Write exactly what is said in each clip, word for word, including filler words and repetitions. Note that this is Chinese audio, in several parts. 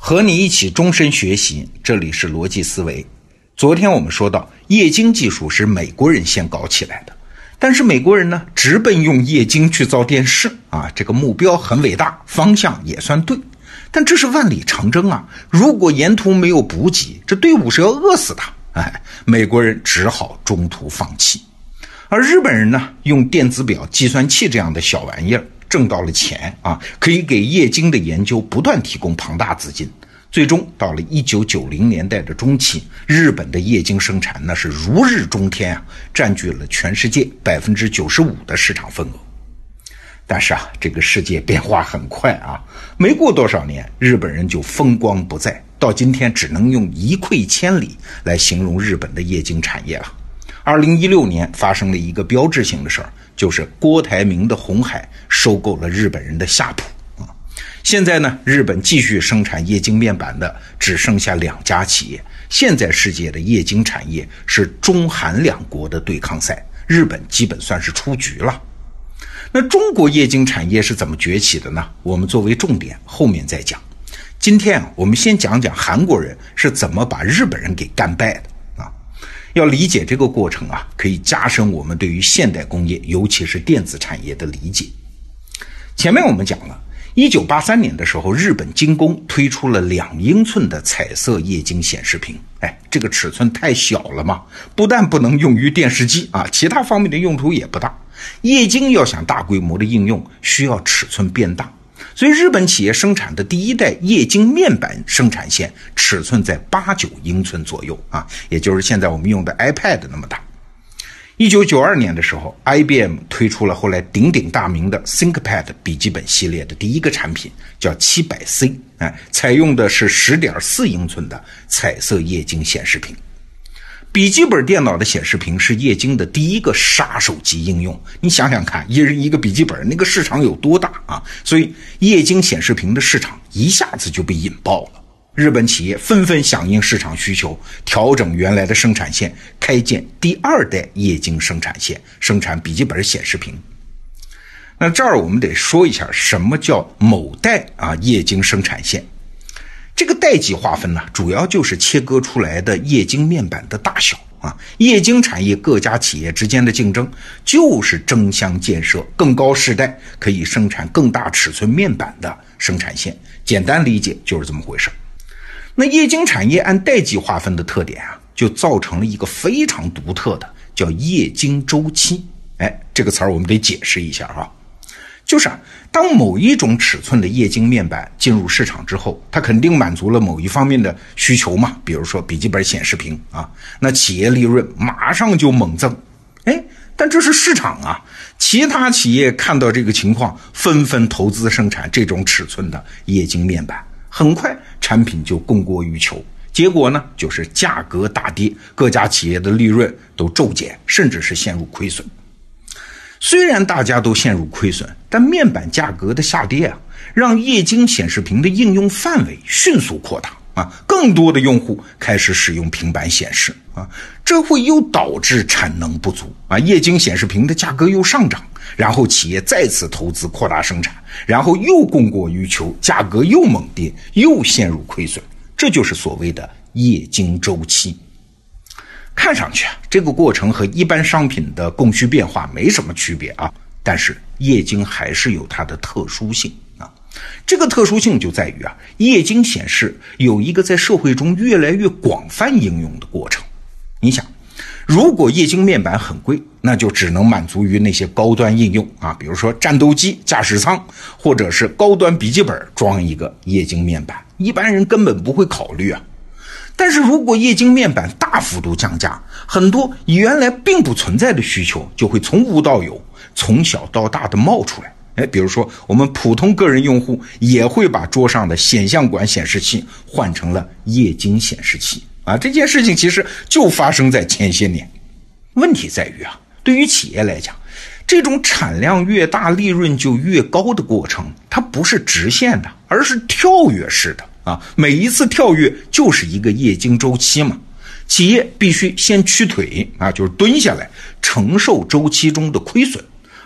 和你一起终身学习，这里是逻辑思维。昨天我们说到，液晶技术是美国人先搞起来的，但是美国人呢，直奔用液晶去造电视啊，这个目标很伟大，方向也算对，但这是万里长征啊！如果沿途没有补给，这队伍是要饿死的。哎，美国人只好中途放弃。而日本人呢，用电子表、计算器这样的小玩意儿挣到了钱啊，可以给液晶的研究不断提供庞大资金。最终到了一九九零年代的中期，日本的液晶生产那是如日中天啊，占据了全世界 百分之九十五 的市场份额。但是啊，这个世界变化很快啊，没过多少年，日本人就风光不再，到今天只能用一溃千里来形容日本的液晶产业了。二零一六年发生了一个标志性的事儿，就是郭台铭的鸿海收购了日本人的夏普啊。现在呢，日本继续生产液晶面板的只剩下两家企业。现在世界的液晶产业是中韩两国的对抗赛，日本基本算是出局了。那中国液晶产业是怎么崛起的呢？我们作为重点后面再讲。今天啊，我们先讲讲韩国人是怎么把日本人给干败的。要理解这个过程啊，可以加深我们对于现代工业，尤其是电子产业的理解。前面我们讲了，一九八三年的时候，日本精工推出了两英寸的彩色液晶显示屏。哎，这个尺寸太小了嘛，不但不能用于电视机啊，其他方面的用途也不大。液晶要想大规模的应用，需要尺寸变大。所以日本企业生产的第一代液晶面板生产线尺寸在八九英寸左右啊，也就是现在我们用的 iPad 那么大。一九九二年的时候 I B M 推出了后来鼎鼎大名的 ThinkPad 笔记本系列的第一个产品，叫 七百 C， 哎，采用的是 十点四英寸的彩色液晶显示屏。笔记本电脑的显示屏是液晶的第一个杀手级应用，你想想看，一人一个笔记本，那个市场有多大啊？所以液晶显示屏的市场一下子就被引爆了。日本企业纷纷响应市场需求，调整原来的生产线，开建第二代液晶生产线，生产笔记本显示屏。那这儿我们得说一下什么叫某代啊液晶生产线。这个代际划分呢，主要就是切割出来的液晶面板的大小啊。液晶产业各家企业之间的竞争，就是争相建设更高世代可以生产更大尺寸面板的生产线。简单理解就是这么回事。那液晶产业按代际划分的特点啊，就造成了一个非常独特的叫液晶周期。哎，这个词儿我们得解释一下啊。就是啊，当某一种尺寸的液晶面板进入市场之后，它肯定满足了某一方面的需求嘛，比如说笔记本显示屏啊，那企业利润马上就猛增。哎，但这是市场啊，其他企业看到这个情况，纷纷投资生产这种尺寸的液晶面板，很快产品就供过于求，结果呢，就是价格大跌，各家企业的利润都骤减，甚至是陷入亏损。虽然大家都陷入亏损，但面板价格的下跌啊，让液晶显示屏的应用范围迅速扩大啊，更多的用户开始使用平板显示啊，这会又导致产能不足啊，液晶显示屏的价格又上涨，然后企业再次投资扩大生产，然后又供过于求，价格又猛跌，又陷入亏损，这就是所谓的液晶周期。看上去啊，这个过程和一般商品的供需变化没什么区别啊，但是液晶还是有它的特殊性啊。这个特殊性就在于啊，液晶显示有一个在社会中越来越广泛应用的过程。你想，如果液晶面板很贵，那就只能满足于那些高端应用啊，比如说战斗机、驾驶舱，或者是高端笔记本装一个液晶面板，一般人根本不会考虑啊。但是如果液晶面板大幅度降价，很多原来并不存在的需求就会从无到有，从小到大的冒出来。哎，比如说我们普通个人用户也会把桌上的显像管显示器换成了液晶显示器啊，这件事情其实就发生在前些年。问题在于啊，对于企业来讲，这种产量越大利润就越高的过程，它不是直线的，而是跳跃式的啊，每一次跳跃就是一个液晶周期嘛。企业必须先屈腿啊，就是蹲下来承受周期中的亏损，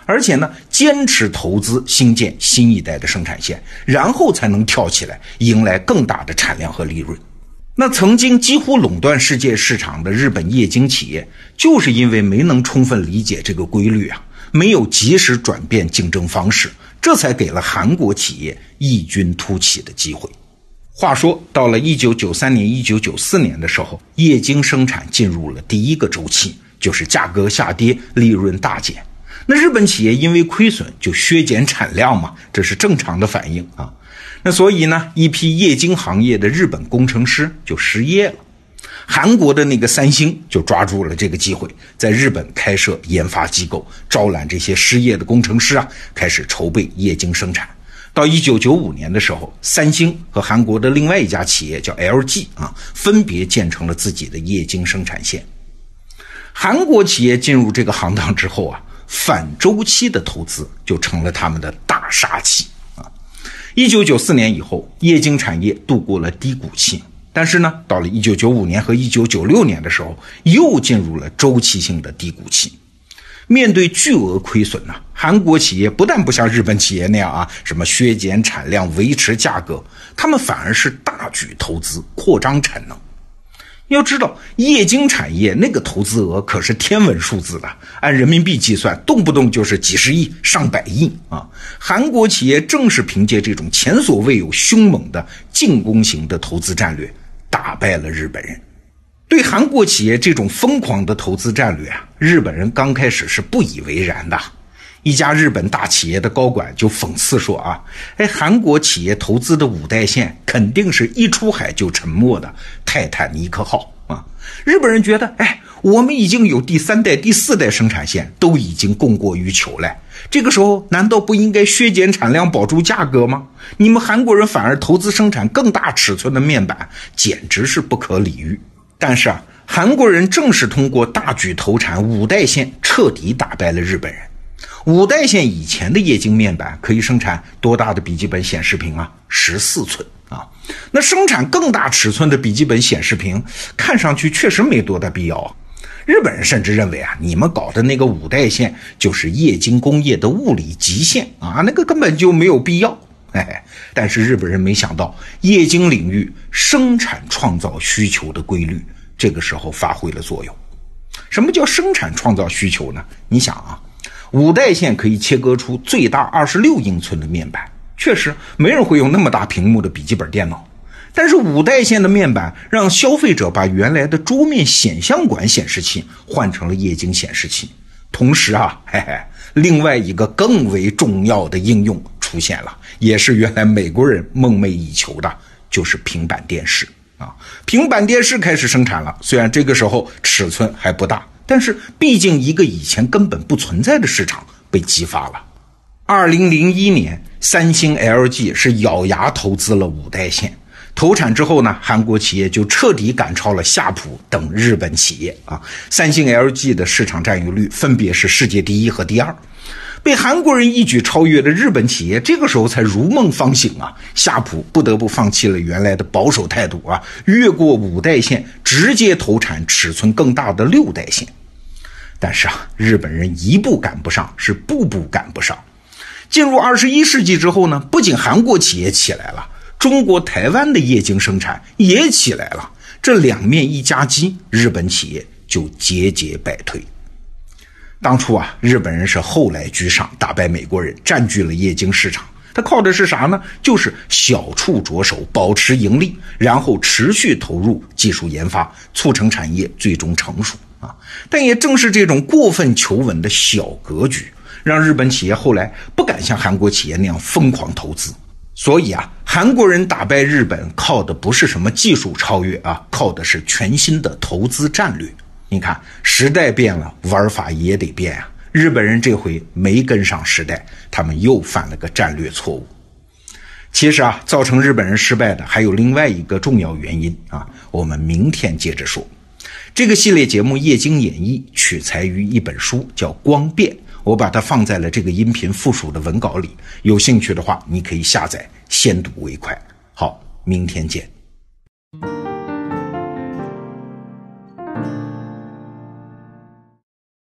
而且呢，坚持投资兴建新一代的生产线，然后才能跳起来，迎来更大的产量和利润。那曾经几乎垄断世界市场的日本液晶企业，就是因为没能充分理解这个规律啊，没有及时转变竞争方式，这才给了韩国企业异军突起的机会。话说到了一九九三年一九九四年的时候，液晶生产进入了第一个周期，就是价格下跌，利润大减。那日本企业因为亏损就削减产量嘛，这是正常的反应啊。那所以呢，一批液晶行业的日本工程师就失业了。韩国的那个三星就抓住了这个机会，在日本开设研发机构，招揽这些失业的工程师啊，开始筹备液晶生产。到一九九五年的时候，三星和韩国的另外一家企业叫 L G 啊，分别建成了自己的液晶生产线。韩国企业进入这个行当之后啊，反周期的投资就成了他们的大杀器啊。一九九四年以后，液晶产业度过了低谷期，但是呢，到了一九九五年和一九九六年的时候，又进入了周期性的低谷期。面对巨额亏损呢、啊，韩国企业不但不像日本企业那样啊，什么削减产量、维持价格，他们反而是大举投资，扩张产能。要知道，液晶产业那个投资额可是天文数字的，按人民币计算，动不动就是几十亿、上百亿啊！韩国企业正是凭借这种前所未有凶猛的进攻型的投资战略，打败了日本人。对韩国企业这种疯狂的投资战略啊，日本人刚开始是不以为然的。一家日本大企业的高管就讽刺说啊，哎，韩国企业投资的五代线肯定是一出海就沉没的泰坦尼克号啊！日本人觉得，哎，我们已经有第三代、第四代生产线，都已经供过于求了，这个时候难道不应该削减产量、保住价格吗？你们韩国人反而投资生产更大尺寸的面板，简直是不可理喻。但是啊，韩国人正是通过大举投产五代线，彻底打败了日本人。五代线以前的液晶面板可以生产多大的笔记本显示屏啊？十四寸啊！那生产更大尺寸的笔记本显示屏，看上去确实没多大必要啊。日本人甚至认为啊，你们搞的那个五代线就是液晶工业的物理极限啊，那个根本就没有必要。哎，但是日本人没想到，液晶领域生产创造需求的规律，这个时候发挥了作用。什么叫生产创造需求呢？你想啊，五代线可以切割出最大二十六英寸的面板，确实没人会用那么大屏幕的笔记本电脑。但是五代线的面板让消费者把原来的桌面显像管显示器换成了液晶显示器。同时啊，嘿嘿，另外一个更为重要的应用出现了，也是原来美国人梦寐以求的，就是平板电视啊。平板电视开始生产了，虽然这个时候尺寸还不大，但是毕竟一个以前根本不存在的市场被激发了。二零零一年，三星 L G 是咬牙投资了五代线。投产之后呢，韩国企业就彻底赶超了夏普等日本企业啊。三星 L G 的市场占有率分别是世界第一和第二。被韩国人一举超越的日本企业，这个时候才如梦方醒啊！夏普不得不放弃了原来的保守态度啊，越过五代线，直接投产尺寸更大的六代线。但是啊，日本人一步赶不上，是步步赶不上。进入二十一世纪之后呢，不仅韩国企业起来了，中国台湾的液晶生产也起来了，这两面一夹击，日本企业就节节败退。当初啊，日本人是后来居上，打败美国人，占据了液晶市场。他靠的是啥呢？就是小处着手，保持盈利，然后持续投入技术研发，促成产业最终成熟啊。但也正是这种过分求稳的小格局，让日本企业后来不敢像韩国企业那样疯狂投资。所以啊，韩国人打败日本靠的不是什么技术超越啊，靠的是全新的投资战略。你看，时代变了，玩法也得变啊。日本人这回没跟上时代，他们又犯了个战略错误。其实啊，造成日本人失败的还有另外一个重要原因啊，我们明天接着说。这个系列节目《液晶演绎》取材于一本书，叫《光变》，我把它放在了这个音频附属的文稿里，有兴趣的话，你可以下载，先睹为快。好，明天见。